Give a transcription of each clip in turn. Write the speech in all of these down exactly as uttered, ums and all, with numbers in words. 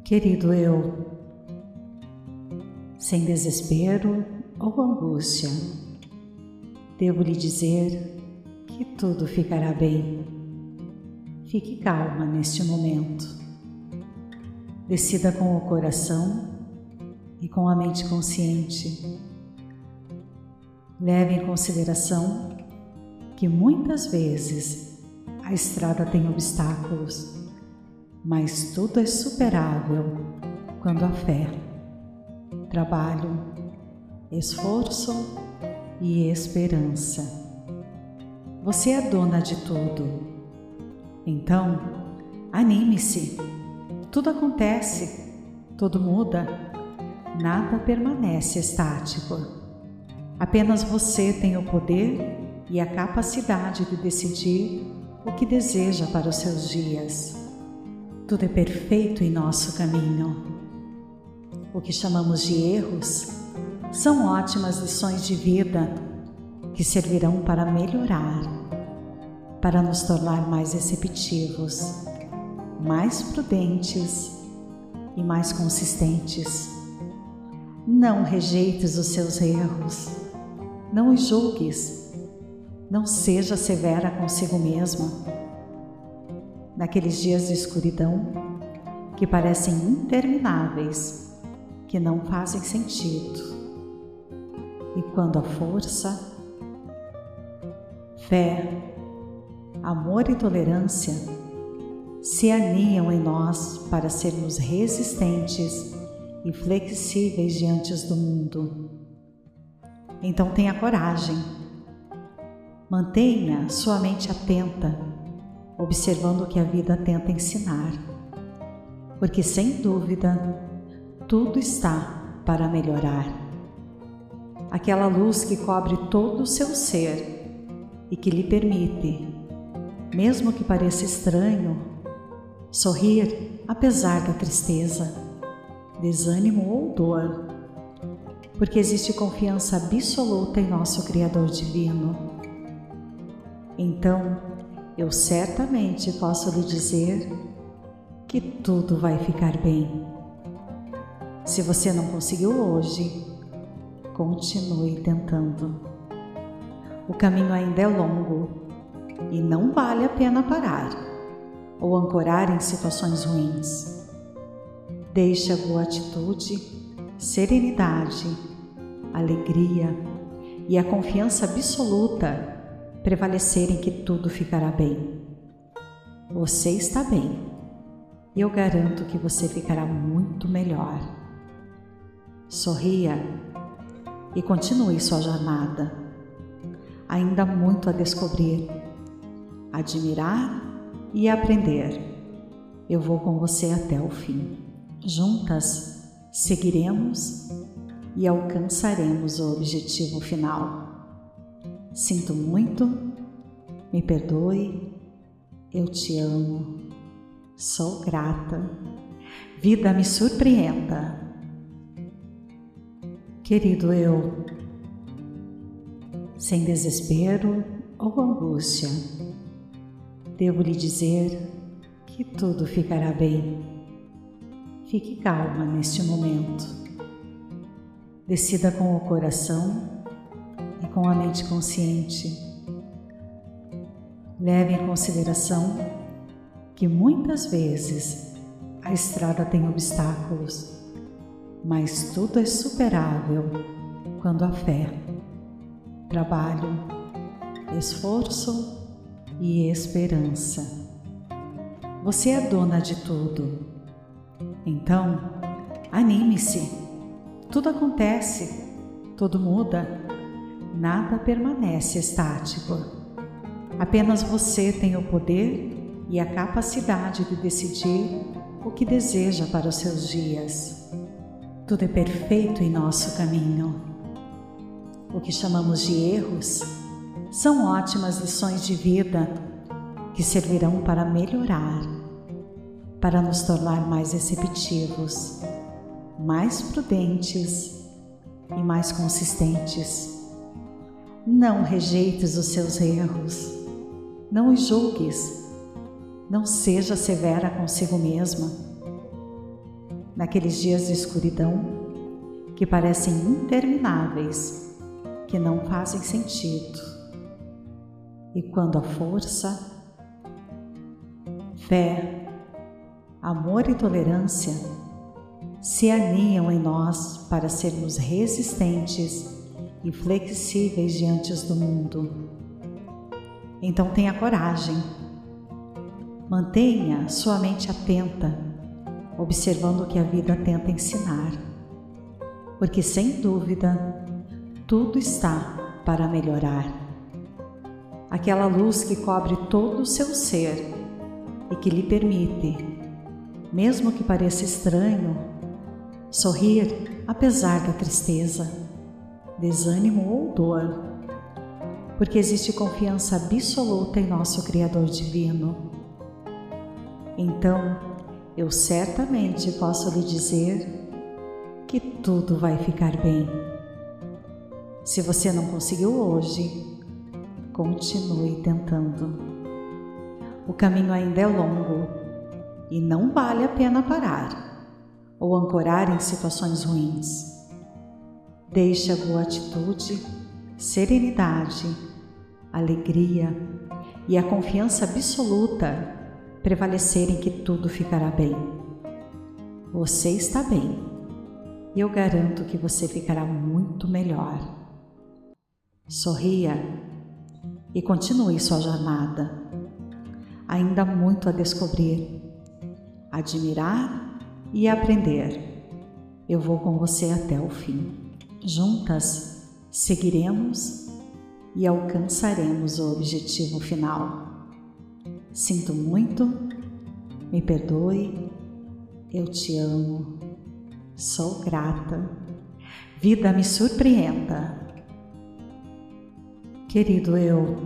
Querido eu, sem desespero ou angústia, devo lhe dizer que tudo ficará bem. Fique calma neste momento. Decida com o coração e com a mente consciente. Leve em consideração que muitas vezes a estrada tem obstáculos, mas tudo é superável quando há fé, trabalho, esforço e esperança. Você é dona de tudo. Então, anime-se. Tudo acontece, tudo muda, nada permanece estático. Apenas você tem o poder e a capacidade de decidir o que deseja para os seus dias. Tudo é perfeito em nosso caminho. O que chamamos de erros são ótimas lições de vida que servirão para melhorar, para nos tornar mais receptivos, mais prudentes e mais consistentes. Não rejeites os seus erros, não os julgues, não seja severa consigo mesma. Naqueles dias de escuridão que parecem intermináveis, que não fazem sentido, e quando a força, fé, amor e tolerância se aninham em nós para sermos resistentes e flexíveis diante do mundo. Então tenha coragem. Mantenha sua mente atenta, observando o que a vida tenta ensinar, porque sem dúvida tudo está para melhorar. Aquela luz que cobre todo o seu ser e que lhe permite, mesmo que pareça estranho, sorrir apesar da tristeza, desânimo ou dor, porque existe confiança absoluta em nosso Criador Divino. Então, eu certamente posso lhe dizer que tudo vai ficar bem. Se você não conseguiu hoje, continue tentando. O caminho ainda é longo e não vale a pena parar ou ancorar em situações ruins. Deixe a boa atitude, serenidade, alegria e a confiança absoluta prevalecerem que tudo ficará bem. Você está bem e eu garanto que você ficará muito melhor. Sorria e continue sua jornada. Ainda há muito a descobrir, admirar e aprender. Eu vou com você até o fim. Juntas seguiremos e alcançaremos o objetivo final. Sinto muito, me perdoe, eu te amo, sou grata, vida me surpreenda. Querido eu, sem desespero ou angústia, devo lhe dizer que tudo ficará bem. Fique calma neste momento. Decida com o coração e com a mente consciente. Leve em consideração que muitas vezes a estrada tem obstáculos, mas tudo é superável quando há fé, trabalho, esforço e esperança. Você é dona de tudo. Então, anime-se. Tudo acontece, tudo muda, nada permanece estático. Apenas você tem o poder e a capacidade de decidir o que deseja para os seus dias. Tudo é perfeito em nosso caminho. O que chamamos de erros são ótimas lições de vida que servirão para melhorar, para nos tornar mais receptivos, mais prudentes e mais consistentes. Não rejeites os seus erros, não os julgues, não seja severa consigo mesma. naqueles dias de escuridão que parecem intermináveis, que não fazem sentido. E quando a força, fé, amor e tolerância se alinham em nós para sermos resistentes e flexíveis diante do mundo. Então tenha coragem. Mantenha sua mente atenta, observando o que a vida tenta ensinar, porque sem dúvida tudo está para melhorar. Aquela luz que cobre todo o seu ser e que lhe permite, mesmo que pareça estranho, sorrir apesar da tristeza, desânimo ou dor, porque existe confiança absoluta em nosso Criador Divino. Então, eu certamente posso lhe dizer que tudo vai ficar bem. Se você não conseguiu hoje, continue tentando. O caminho ainda é longo e não vale a pena parar ou ancorar em situações ruins. Deixe a boa atitude, serenidade, alegria e a confiança absoluta prevalecerem que tudo ficará bem. Você está bem e eu garanto que você ficará muito melhor. Sorria e continue sua jornada. Ainda há muito a descobrir, admirar e aprender. Eu vou com você até o fim. Juntas seguiremos e alcançaremos o objetivo final. Sinto muito, me perdoe, eu te amo, sou grata, vida me surpreenda. Querido eu,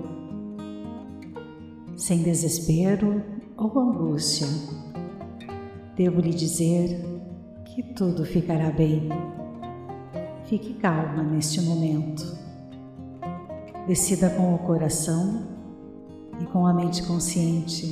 sem desespero ou angústia, devo lhe dizer que tudo ficará bem. Fique calma neste momento. Decida com o coração e com a mente consciente.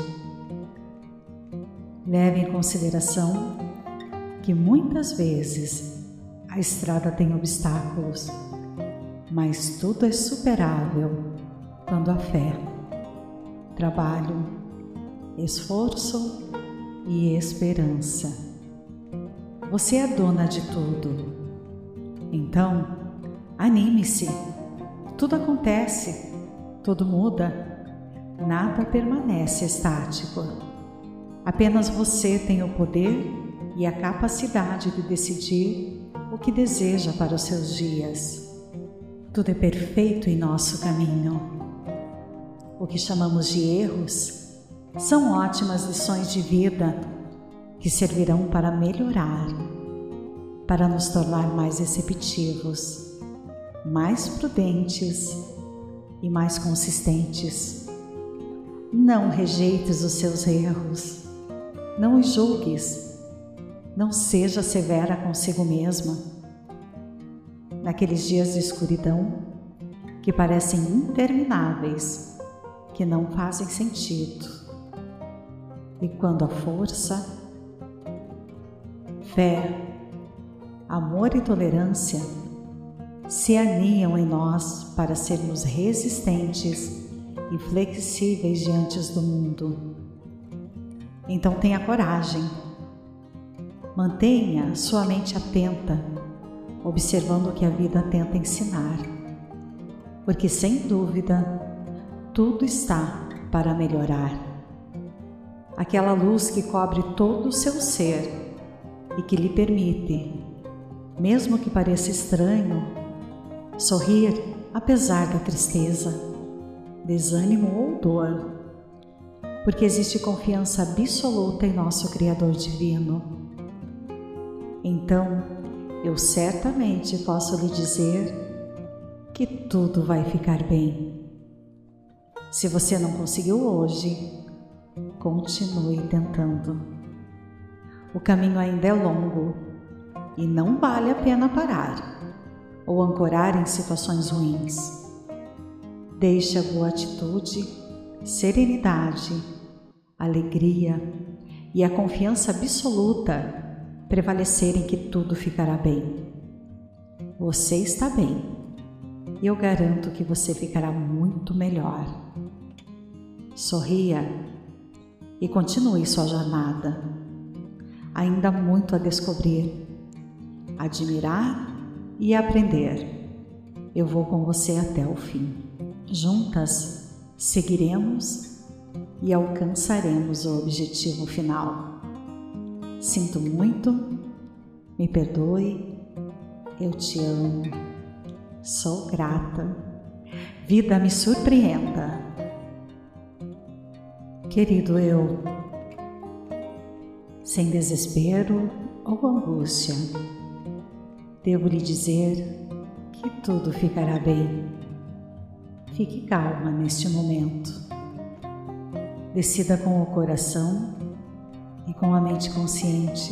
Leve em consideração que muitas vezes a estrada tem obstáculos, mas tudo é superável quando há fé, trabalho, esforço e esperança. Você é dona de tudo. Então, anime-se. Tudo acontece, tudo muda, nada permanece estático. Apenas você tem o poder e a capacidade de decidir o que deseja para os seus dias. Tudo é perfeito em nosso caminho. O que chamamos de erros são ótimas lições de vida que servirão para melhorar, para nos tornar mais receptivos, mais prudentes e mais consistentes. Não rejeites os seus erros, não os julgues, não seja severa consigo mesma. Naqueles dias de escuridão que parecem intermináveis, que não fazem sentido, e quando a força, fé, amor e tolerância se alinham em nós para sermos resistentes e flexíveis diante do mundo. Então tenha coragem. Mantenha sua mente atenta, observando o que a vida tenta ensinar, porque sem dúvida tudo está para melhorar. Aquela luz que cobre todo o seu ser e que lhe permite, mesmo que pareça estranho, sorrir apesar da tristeza, desânimo ou dor, porque existe confiança absoluta em nosso Criador Divino. Então, eu certamente posso lhe dizer que tudo vai ficar bem. Se você não conseguiu hoje, continue tentando. O caminho ainda é longo e não vale a pena parar ou ancorar em situações ruins. Deixe a boa atitude, serenidade, alegria e a confiança absoluta prevalecer em que tudo ficará bem. Você está bem, e eu garanto que você ficará muito melhor. Sorria e continue sua jornada. Ainda há muito a descobrir, admirar e aprender. Eu vou com você até o fim. Juntas seguiremos e alcançaremos o objetivo final. Sinto muito, me perdoe, eu te amo, sou grata, vida me surpreenda. Querido eu, sem desespero ou angústia, devo lhe dizer que tudo ficará bem. Fique calma neste momento. Decida com o coração e com a mente consciente.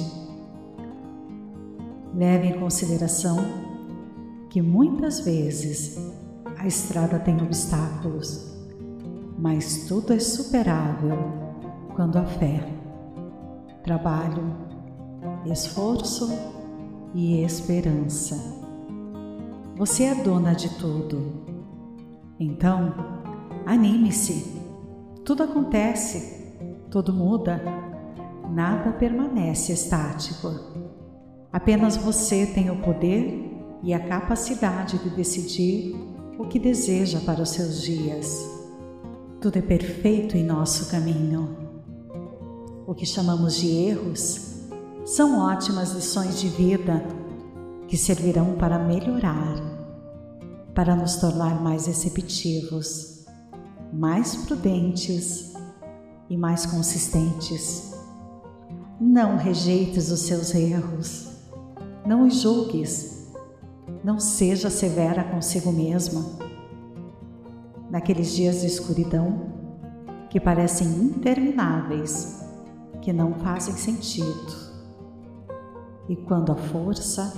Leve em consideração que muitas vezes a estrada tem obstáculos, mas tudo é superável quando há fé, trabalho, esforço e esperança. Você é dona de tudo. Então, anime-se. Tudo acontece, tudo muda, nada permanece estático. Apenas você tem o poder e a capacidade de decidir o que deseja para os seus dias. Tudo é perfeito em nosso caminho. O que chamamos de erros são ótimas lições de vida que servirão para melhorar, para nos tornar mais receptivos, mais prudentes e mais consistentes. Não rejeites os seus erros, não os julgues, não seja severa consigo mesma. Naqueles dias de escuridão que parecem intermináveis, que não fazem sentido, e quando a força,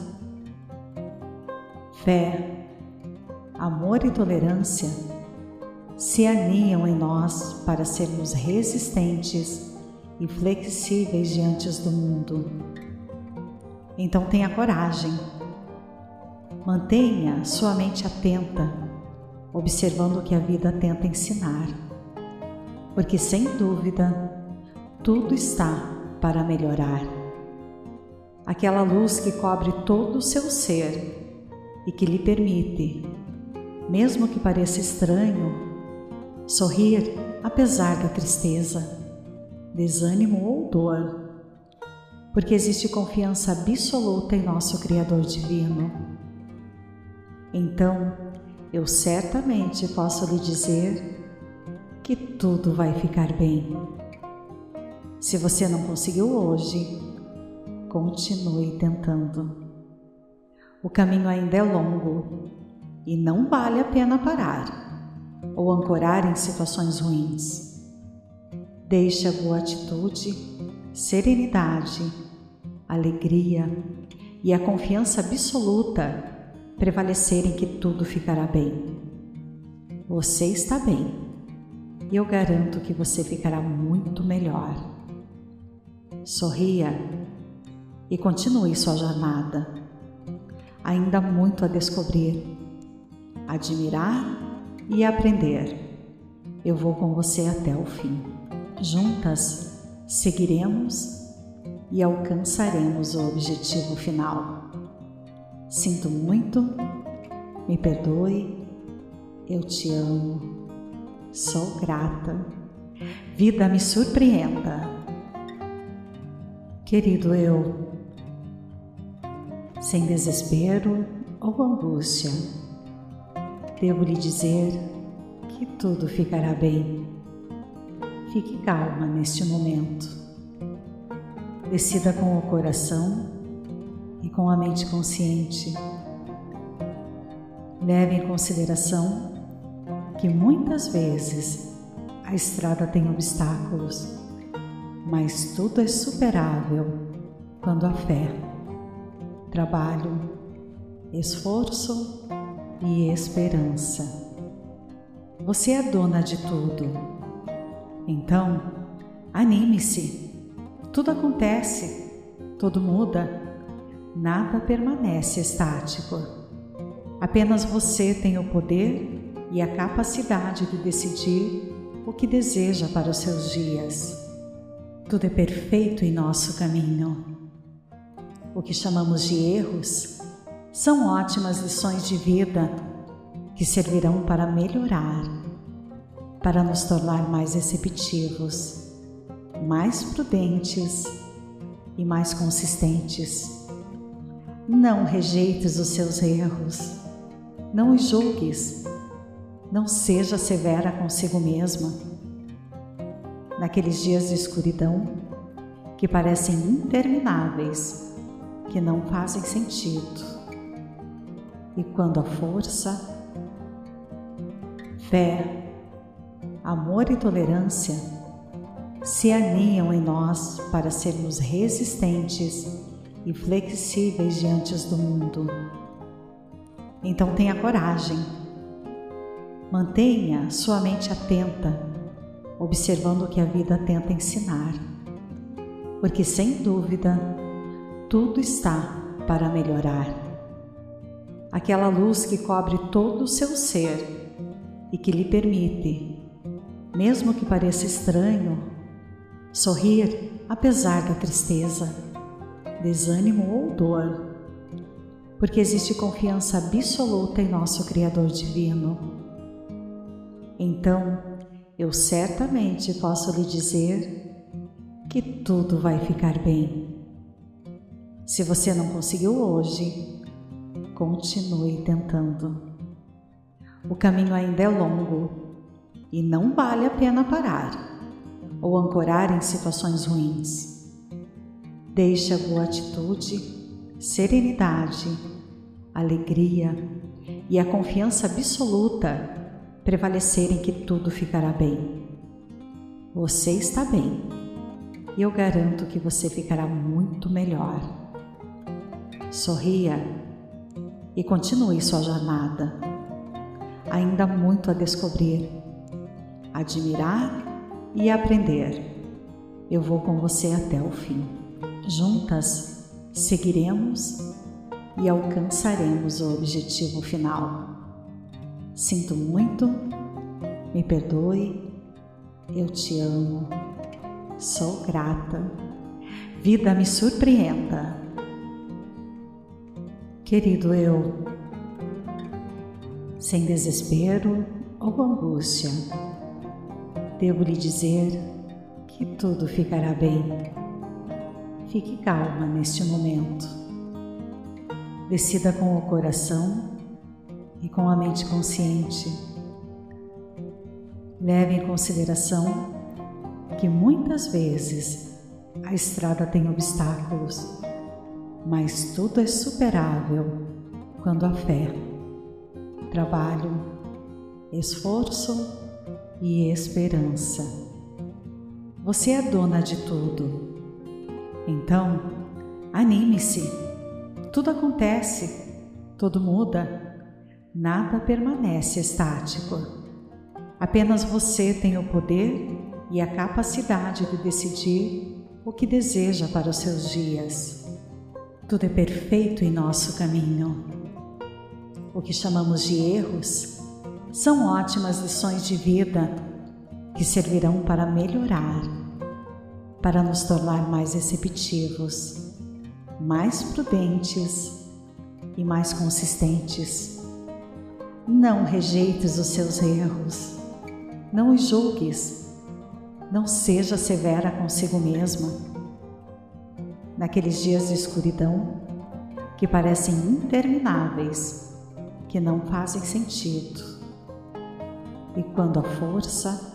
fé, amor e tolerância se aninham em nós para sermos resistentes e flexíveis diante do mundo. Então tenha coragem. Mantenha sua mente atenta, observando o que a vida tenta ensinar, porque sem dúvida tudo está para melhorar. Aquela luz que cobre todo o seu ser e que lhe permite, mesmo que pareça estranho, sorrir apesar da tristeza, desânimo ou dor, porque existe confiança absoluta em nosso Criador Divino. Então, eu certamente posso lhe dizer que tudo vai ficar bem. Se você não conseguiu hoje, continue tentando. O caminho ainda é longo e não vale a pena parar ou ancorar em situações ruins. Deixe a boa atitude, serenidade, alegria e a confiança absoluta prevalecerem que tudo ficará bem. Você está bem e eu garanto que você ficará muito melhor. Sorria e continue sua jornada. Ainda há muito a descobrir, admirar e aprender. Eu vou com você até o fim. Juntas seguiremos e alcançaremos o objetivo final. Sinto muito, me perdoe, eu te amo, sou grata, vida me surpreenda. Querido eu, sem desespero ou angústia, devo lhe dizer que tudo ficará bem. Fique calma neste momento. Decida com o coração e com a mente consciente. Leve em consideração que muitas vezes a estrada tem obstáculos, mas tudo é superável quando há fé, trabalho, esforço e esperança. Você é dona de tudo. Então, anime-se. Tudo acontece, tudo muda, nada permanece estático. Apenas você tem o poder e a capacidade de decidir o que deseja para os seus dias. Tudo é perfeito em nosso caminho. O que chamamos de erros são ótimas lições de vida que servirão para melhorar, para nos tornar mais receptivos, mais prudentes e mais consistentes. Não rejeites os seus erros, não os julgues, não seja severa consigo mesma. Naqueles dias de escuridão que parecem intermináveis, que não fazem sentido, e quando a força, fé, amor e tolerância se aninham em nós para sermos resistentes e flexíveis diante do mundo. Então tenha coragem. Mantenha sua mente atenta, observando o que a vida tenta ensinar, porque sem dúvida tudo está para melhorar. Aquela luz que cobre todo o seu ser e que lhe permite, mesmo que pareça estranho, sorrir apesar da tristeza, desânimo ou dor, porque existe confiança absoluta em nosso Criador Divino. Então, eu certamente posso lhe dizer que tudo vai ficar bem. Se você não conseguiu hoje, continue tentando. O caminho ainda é longo e não vale a pena parar ou ancorar em situações ruins. Deixe a boa atitude, serenidade, alegria e a confiança absoluta prevalecerem que tudo ficará bem. Você está bem e eu garanto que você ficará muito melhor. Sorria e continue sua jornada. Ainda há muito a descobrir, admirar e aprender. Eu vou com você até o fim. Juntas seguiremos e alcançaremos o objetivo final. Sinto muito, me perdoe, eu te amo, sou grata, vida me surpreenda. Querido eu, sem desespero ou angústia, devo lhe dizer que tudo ficará bem. Fique calma neste momento. Decida com o coração e com a mente consciente. Leve em consideração que muitas vezes a estrada tem obstáculos, mas tudo é superável quando há fé, trabalho, esforço e esperança. Você é dona de tudo. Então, anime-se. Tudo acontece, tudo muda. Nada permanece estático. Apenas você tem o poder e a capacidade de decidir o que deseja para os seus dias. Tudo é perfeito em nosso caminho. O que chamamos de erros são ótimas lições de vida que servirão para melhorar, para nos tornar mais receptivos, mais prudentes e mais consistentes. Não rejeites os seus erros, não os julgues, não seja severa consigo mesma. Naqueles dias de escuridão que parecem intermináveis, que não fazem sentido, e quando a força,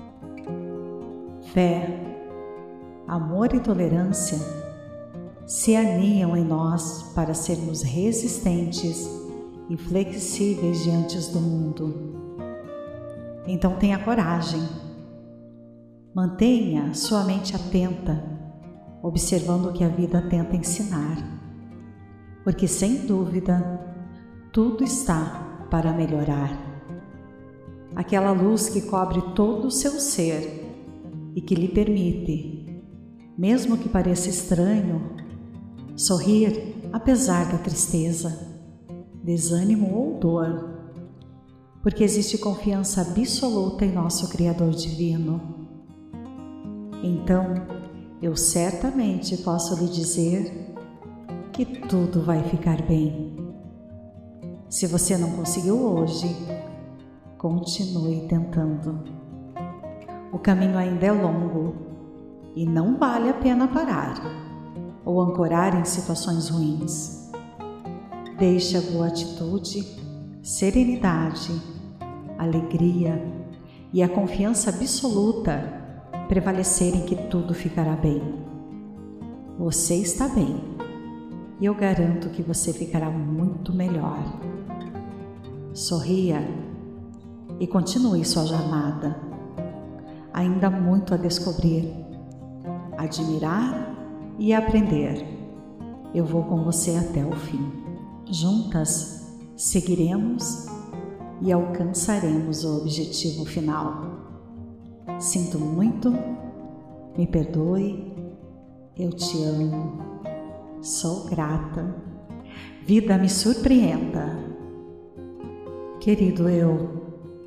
fé, amor e tolerância se aninham em nós para sermos resistentes e flexíveis diante do mundo. Então tenha coragem. Mantenha sua mente atenta, observando o que a vida tenta ensinar, porque sem dúvida tudo está para melhorar. Aquela luz que cobre todo o seu ser e que lhe permite, mesmo que pareça estranho, sorrir apesar da tristeza, desânimo ou dor, porque existe confiança absoluta em nosso Criador Divino. Então, eu certamente posso lhe dizer que tudo vai ficar bem. Se você não conseguiu hoje, continue tentando. O caminho ainda é longo e não vale a pena parar ou ancorar em situações ruins. Deixe a boa atitude, serenidade, alegria e a confiança absoluta prevalecerem que tudo ficará bem. Você está bem e eu garanto que você ficará muito melhor. Sorria e continue sua jornada. Ainda há muito a descobrir, admirar e aprender. Eu vou com você até o fim. Juntas seguiremos e alcançaremos o objetivo final. Sinto muito, me perdoe, eu te amo, sou grata, vida me surpreenda. Querido eu,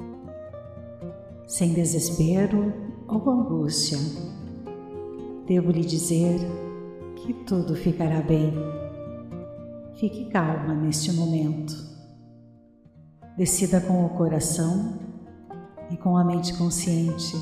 sem desespero ou angústia, devo lhe dizer que tudo ficará bem. Fique calma neste momento. Decida com o coração e com a mente consciente.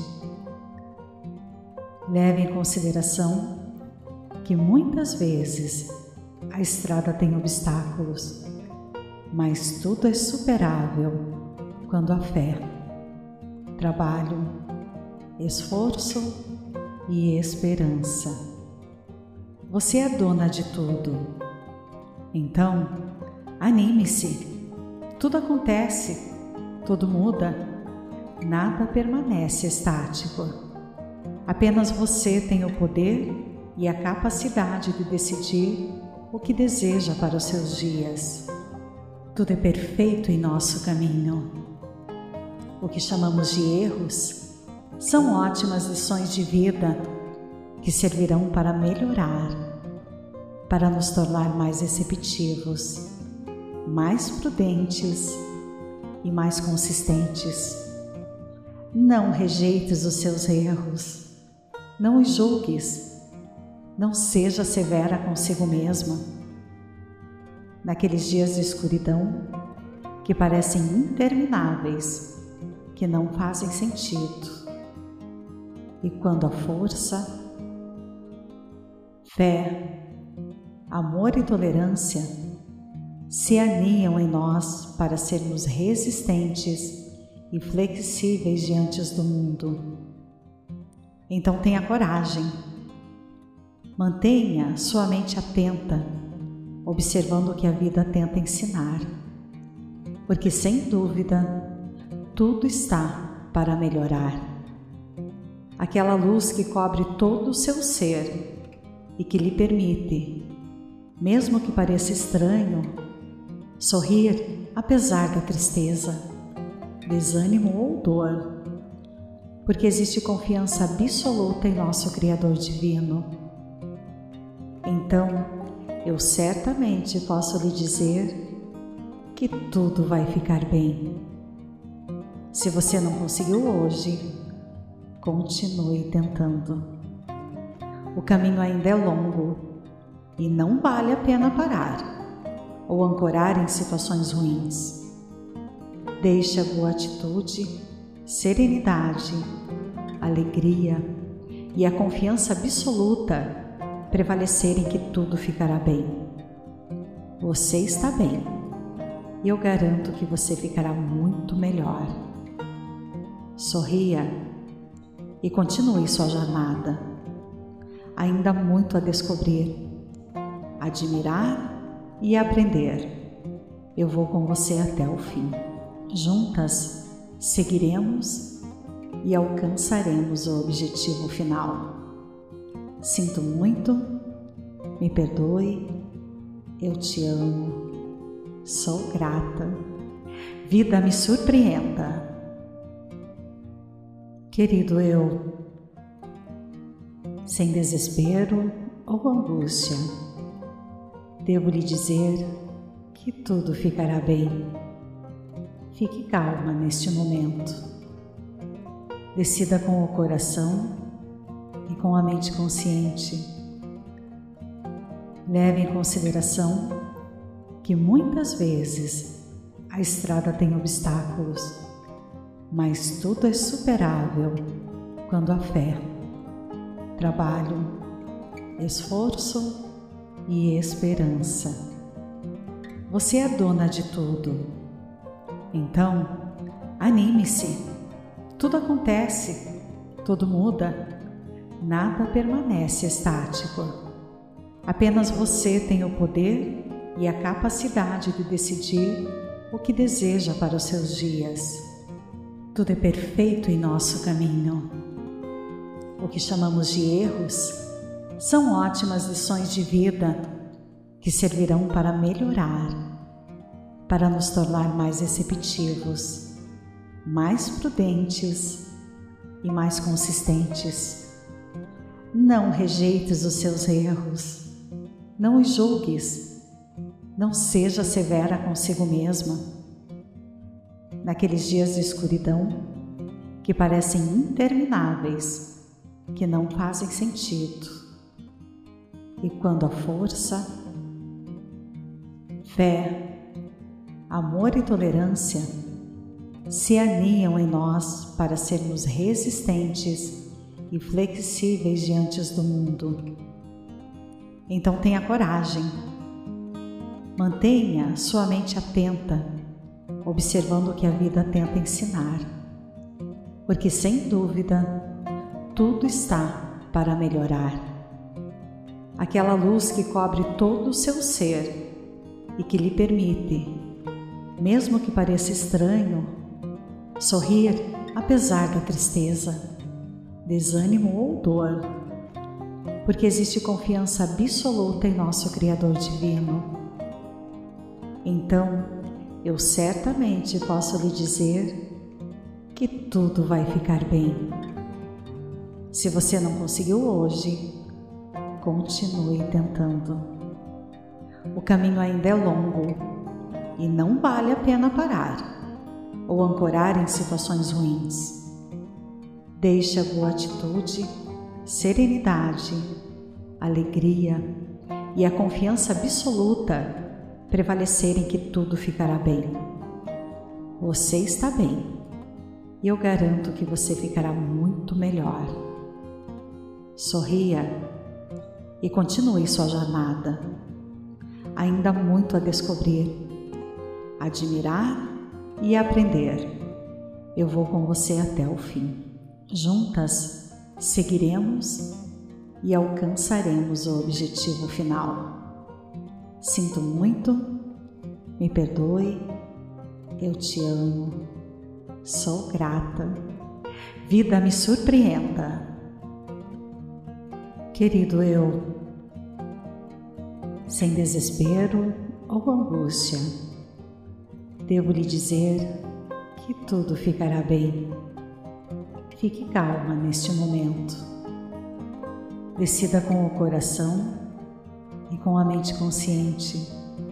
Leve em consideração que muitas vezes a estrada tem obstáculos, mas tudo é superável quando há fé, trabalho, esforço e esperança. Você é dona de tudo. Então, anime-se. Tudo acontece, tudo muda, nada permanece estático. Apenas você tem o poder e a capacidade de decidir o que deseja para os seus dias. Tudo é perfeito em nosso caminho. O que chamamos de erros são ótimas lições de vida que servirão para melhorar, para nos tornar mais receptivos, mais prudentes e mais consistentes. Não rejeites os seus erros, não os julgues, não seja severa consigo mesma. Naqueles dias de escuridão que parecem intermináveis, que não fazem sentido, e quando a força, fé, amor e tolerância se aninham em nós para sermos resistentes e flexíveis diante do mundo. Então tenha coragem. Mantenha sua mente atenta, observando o que a vida tenta ensinar, porque sem dúvida tudo está para melhorar. Aquela luz que cobre todo o seu ser e que lhe permite, mesmo que pareça estranho, sorrir apesar da tristeza, desânimo ou dor, porque existe confiança absoluta em nosso Criador Divino. Então, eu certamente posso lhe dizer que tudo vai ficar bem. Se você não conseguiu hoje, continue tentando. O caminho ainda é longo e não vale a pena parar ou ancorar em situações ruins. Deixe a boa atitude, serenidade, alegria e a confiança absoluta prevalecerem que tudo ficará bem. Você está bem e eu garanto que você ficará muito melhor. Sorria e continue sua jornada. Ainda há muito a descobrir, admirar e aprender. Eu vou com você até o fim. Juntas seguiremos e alcançaremos o objetivo final. Sinto muito, me perdoe, eu te amo, sou grata, vida me surpreenda. Querido eu, sem desespero ou angústia, Devo lhe dizer que tudo ficará bem. Fique calma neste momento. Decida com o coração e com a mente consciente. Leve em consideração que muitas vezes a estrada tem obstáculos, mas tudo é superável quando há fé, trabalho, esforço e esperança. Você é dona de tudo. Então, anime-se. Tudo acontece, tudo muda, nada permanece estático. Apenas você tem o poder e a capacidade de decidir o que deseja para os seus dias. Tudo é perfeito em nosso caminho. O que chamamos de erros são ótimas lições de vida que servirão para melhorar, para nos tornar mais receptivos, mais prudentes e mais consistentes. Não rejeites os seus erros, não os julgues, não seja severa consigo mesma. Naqueles dias de escuridão que parecem intermináveis, que não fazem sentido, e quando a força, fé, amor e tolerância se aninham em nós para sermos resistentes e flexíveis diante do mundo. Então tenha coragem. Mantenha sua mente atenta, observando o que a vida tenta ensinar, porque sem dúvida tudo está para melhorar. Aquela luz que cobre todo o seu ser e que lhe permite, mesmo que pareça estranho, sorrir apesar da tristeza, desânimo ou dor, porque existe confiança absoluta em nosso Criador Divino. Então, eu certamente posso lhe dizer que tudo vai ficar bem. Se você não conseguiu hoje, continue tentando. O caminho ainda é longo e não vale a pena parar ou ancorar em situações ruins. Deixe a boa atitude, serenidade, alegria e a confiança absoluta prevalecerem que tudo ficará bem. Você está bem e eu garanto que você ficará muito melhor. Sorria e continue sua jornada. Ainda há muito a descobrir, admirar e aprender. Eu vou com você até o fim. Juntas seguiremos e alcançaremos o objetivo final. Sinto muito, me perdoe, eu te amo, sou grata, vida me surpreenda. Querido eu, sem desespero ou angústia, devo lhe dizer que tudo ficará bem. Fique calma neste momento. Decida com o coração e com a mente consciente.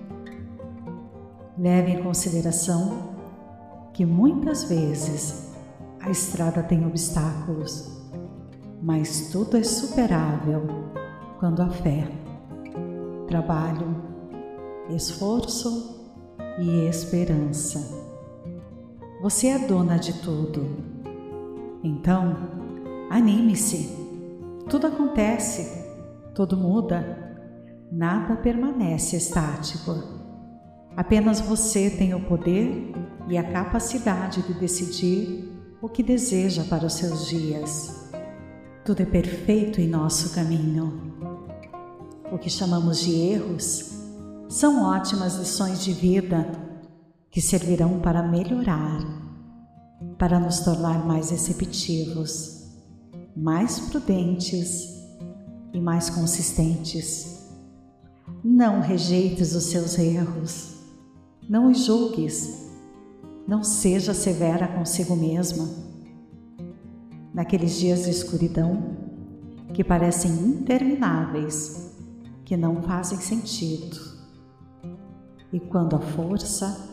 Leve em consideração que muitas vezes a estrada tem obstáculos, mas tudo é superável quando há fé, trabalho, esforço e esperança. Você é dona de tudo. Então, anime-se. Tudo acontece, tudo muda, nada permanece estático. Apenas você tem o poder e a capacidade de decidir o que deseja para os seus dias. Tudo é perfeito em nosso caminho. O que chamamos de erros são ótimas lições de vida que servirão para melhorar, para nos tornar mais receptivos, mais prudentes e mais consistentes. Não rejeites os seus erros, não os julgues, não seja severa consigo mesma. Naqueles dias de escuridão que parecem intermináveis, que não fazem sentido, E quando a força,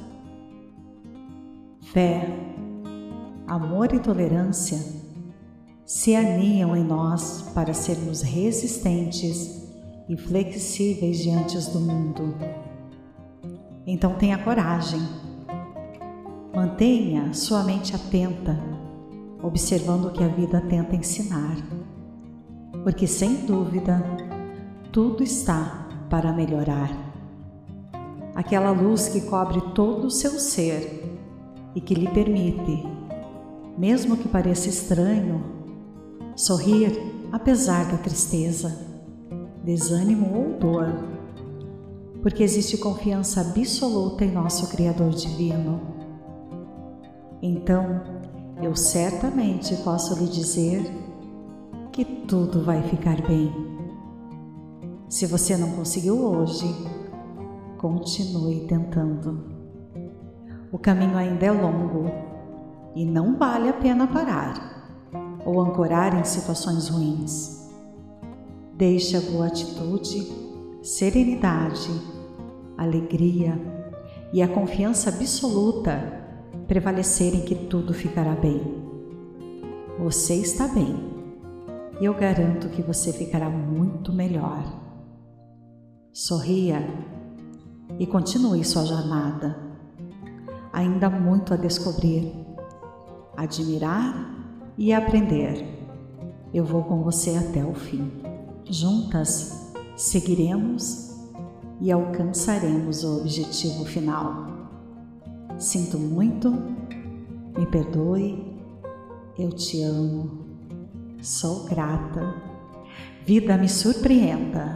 fé, amor e tolerância se aninham em nós para sermos resistentes e flexíveis diante do mundo, então tenha coragem. Mantenha sua mente atenta, observando o que a vida tenta ensinar, porque sem dúvida tudo está para melhorar. Aquela luz que cobre todo o seu ser e que lhe permite, mesmo que pareça estranho, sorrir apesar da tristeza, desânimo ou dor, porque existe confiança absoluta em nosso Criador Divino. Então, eu certamente posso lhe dizer que tudo vai ficar bem. Se você não conseguiu hoje, continue tentando. O caminho ainda é longo e não vale a pena parar ou ancorar em situações ruins. Deixe a boa atitude, serenidade, alegria e a confiança absoluta prevalecerem que tudo ficará bem. Você está bem e eu garanto que você ficará muito melhor. Sorria e continue sua jornada. Ainda há muito a descobrir, admirar e aprender. Eu vou com você até o fim. Juntas seguiremos e alcançaremos o objetivo final. Sinto muito, me perdoe, eu te amo, sou grata, vida me surpreenda.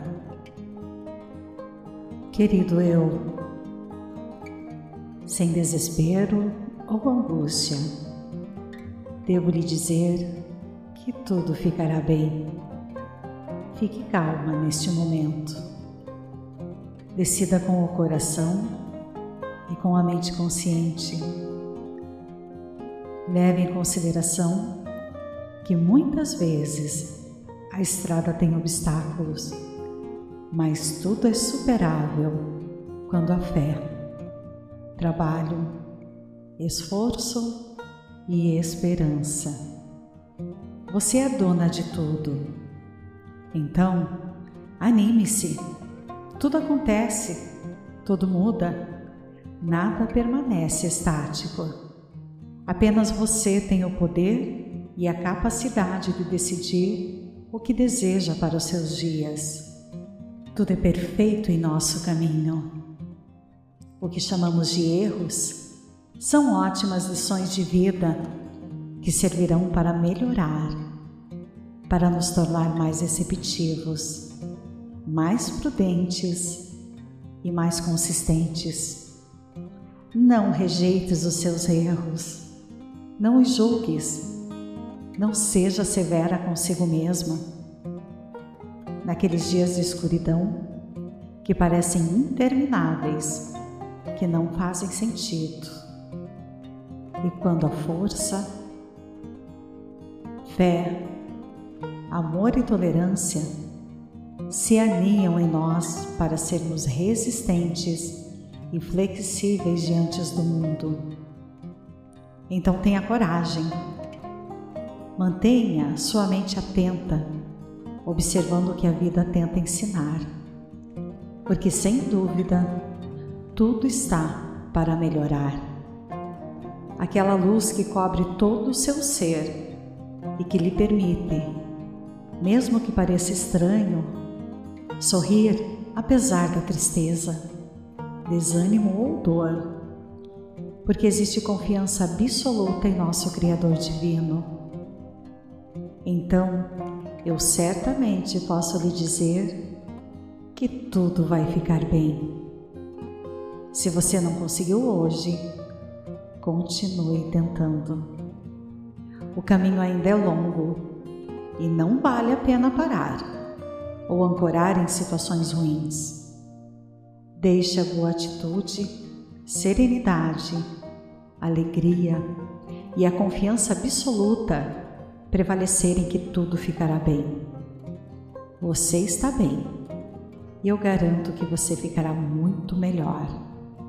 Querido eu, sem desespero ou angústia, devo lhe dizer que tudo ficará bem. Fique calma neste momento. Decida com o coração e com a mente consciente. Leve em consideração que muitas vezes a estrada tem obstáculos, mas tudo é superável quando há fé, trabalho, esforço e esperança. Você é dona de tudo. Então, anime-se. Tudo acontece, tudo muda, nada permanece estático. Apenas você tem o poder e a capacidade de decidir o que deseja para os seus dias. Tudo é perfeito em nosso caminho. O que chamamos de erros são ótimas lições de vida que servirão para melhorar, para nos tornar mais receptivos, mais prudentes e mais consistentes. Não rejeites os seus erros, não os julgues, não seja severa consigo mesma. Naqueles dias de escuridão que parecem intermináveis, que não fazem sentido, e quando a força, fé, amor e tolerância se aninham em nós para sermos resistentes e flexíveis diante do mundo, então tenha coragem. Mantenha sua mente atenta, observando o que a vida tenta ensinar, porque sem dúvida tudo está para melhorar. Aquela luz que cobre todo o seu ser e que lhe permite, mesmo que pareça estranho, sorrir apesar da tristeza, desânimo ou dor, porque existe confiança absoluta em nosso Criador Divino. Então, eu certamente posso lhe dizer que tudo vai ficar bem. Se você não conseguiu hoje, continue tentando. O caminho ainda é longo e não vale a pena parar ou ancorar em situações ruins. Deixe a boa atitude, serenidade, alegria e a confiança absoluta prevalecerem que tudo ficará bem. Você está bem e eu garanto que você ficará muito melhor.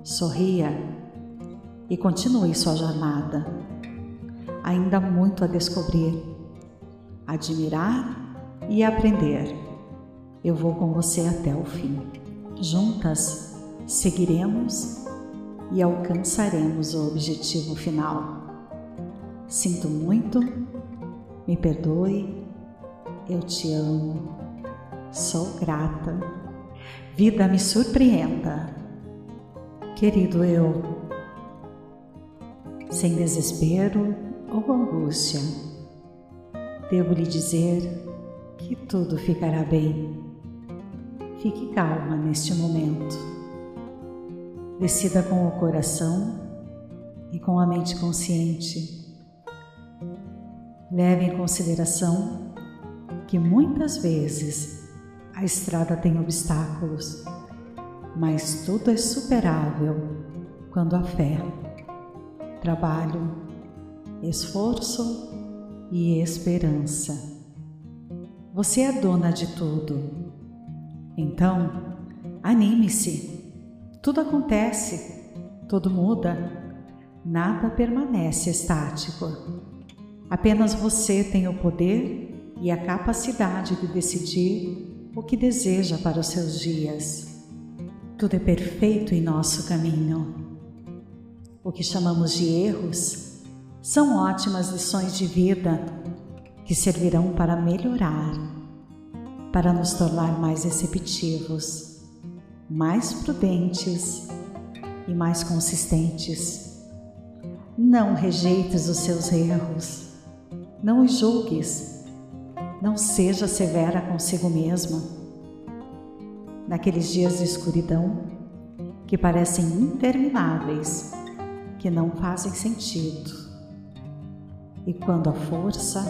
Sorria e continue sua jornada. Ainda há muito a descobrir, admirar e aprender. Eu vou com você até o fim. Juntas seguiremos e alcançaremos o objetivo final. Sinto muito, me perdoe, eu te amo, sou grata. Vida me surpreenda. Querido eu, sem desespero ou angústia, devo lhe dizer que tudo ficará bem. Fique calma neste momento. Decida com o coração e com a mente consciente. Leve em consideração que muitas vezes a estrada tem obstáculos, mas tudo é superável quando há fé, trabalho, esforço e esperança. Você é dona de tudo. Então, anime-se. Tudo acontece, tudo muda, nada permanece estático. Apenas você tem o poder e a capacidade de decidir o que deseja para os seus dias. Tudo é perfeito em nosso caminho. O que chamamos de erros são ótimas lições de vida que servirão para melhorar, para nos tornar mais receptivos, mais prudentes e mais consistentes. Não rejeites os seus erros, não os julgues, não seja severa consigo mesma. Naqueles dias de escuridão que parecem intermináveis, que não fazem sentido. E quando a força,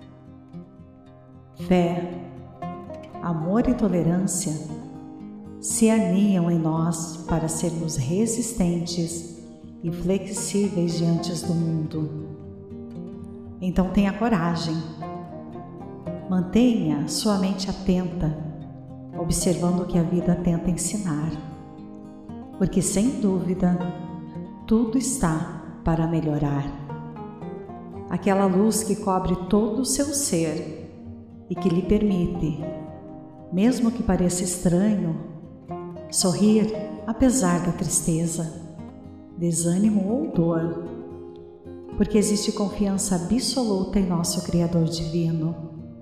fé, amor e tolerância se aninham em nós para sermos resistentes e flexíveis diante do mundo. Então tenha coragem. Mantenha sua mente atenta, observando o que a vida tenta ensinar, porque sem dúvida tudo está para melhorar. Aquela luz que cobre todo o seu ser e que lhe permite, mesmo que pareça estranho, sorrir apesar da tristeza, desânimo ou dor, porque existe confiança absoluta em nosso Criador Divino.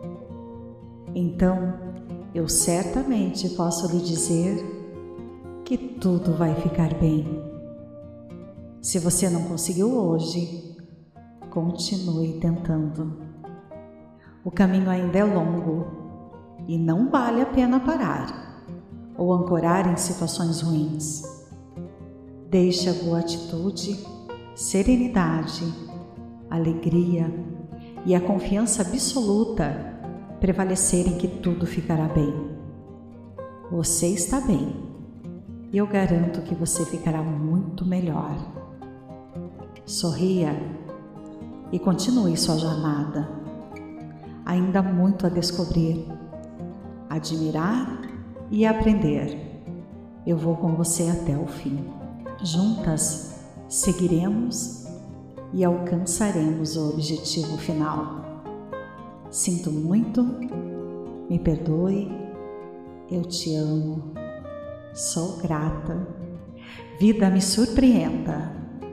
Então, eu certamente posso lhe dizer que tudo vai ficar bem. Se você não conseguiu hoje, continue tentando. O caminho ainda é longo e não vale a pena parar ou ancorar em situações ruins. Deixe a boa atitude, serenidade, alegria e a confiança absoluta prevalecerem que tudo ficará bem. Você está bem e eu garanto que você ficará muito melhor. Sorria e continue sua jornada. Ainda há muito a descobrir, admirar e aprender. Eu vou com você até o fim. Juntas seguiremos e alcançaremos o objetivo final. Sinto muito, me perdoe, eu te amo, sou grata. Vida me surpreenda.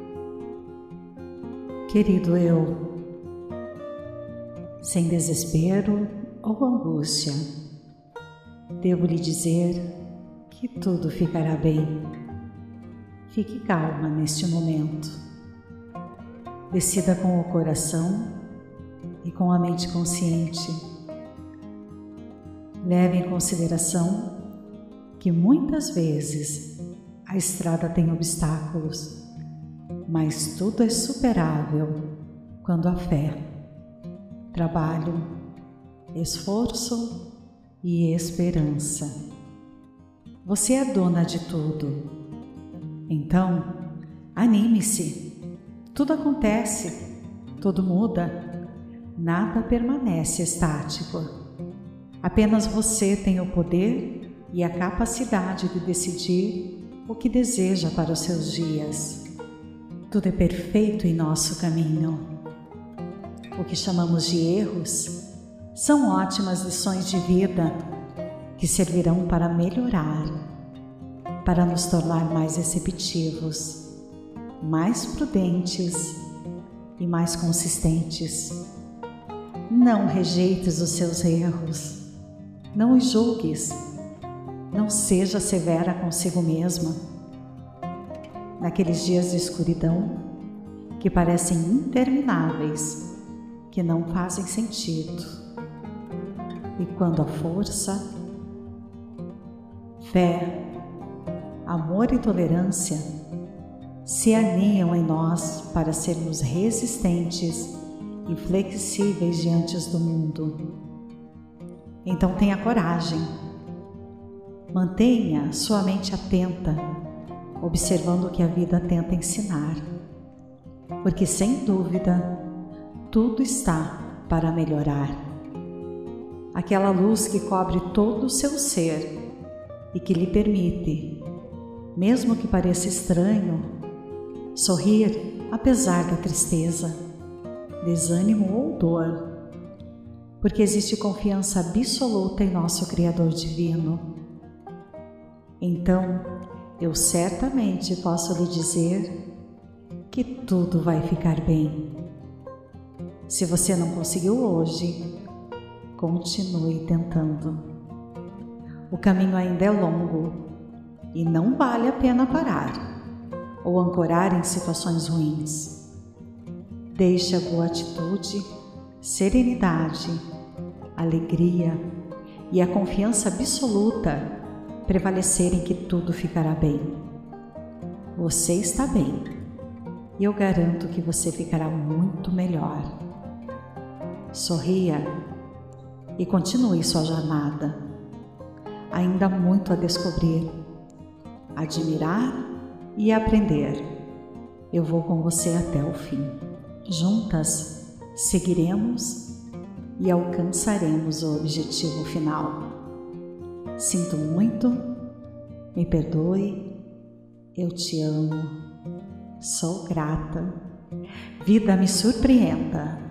Querido eu, sem desespero ou angústia, devo lhe dizer que tudo ficará bem. Fique calma neste momento. Decida com o coração e com a mente consciente. Leve em consideração que muitas vezes a estrada tem obstáculos, mas tudo é superável quando há fé, trabalho, esforço e esperança. Você é dona de tudo. Então, anime-se. Tudo acontece, tudo muda. Nada permanece estático. Apenas você tem o poder e a capacidade de decidir o que deseja para os seus dias. Tudo é perfeito em nosso caminho. O que chamamos de erros são ótimas lições de vida que servirão para melhorar, para nos tornar mais receptivos, mais prudentes e mais consistentes. Não rejeites os seus erros, não os julgues, não seja severa consigo mesma. Naqueles dias de escuridão que parecem intermináveis, que não fazem sentido, e quando a força, fé, amor e tolerância se aninham em nós para sermos resistentes e flexíveis diante do mundo. Então tenha coragem. Mantenha sua mente atenta, observando o que a vida tenta ensinar, porque sem dúvida tudo está para melhorar. Aquela luz que cobre todo o seu ser e que lhe permite, mesmo que pareça estranho, sorrir apesar da tristeza, desânimo ou dor, porque existe confiança absoluta em nosso Criador Divino. Então, eu certamente posso lhe dizer que tudo vai ficar bem. Se você não conseguiu hoje, continue tentando. O caminho ainda é longo e não vale a pena parar ou ancorar em situações ruins. Deixe a boa atitude, serenidade, alegria e a confiança absoluta prevalecerem que tudo ficará bem. Você está bem e eu garanto que você ficará muito melhor. Sorria e continue sua jornada. Ainda há muito a descobrir, admirar e aprender. Eu vou com você até o fim. Juntas seguiremos e alcançaremos o objetivo final. Sinto muito, me perdoe, eu te amo, sou grata. Vida me surpreenda.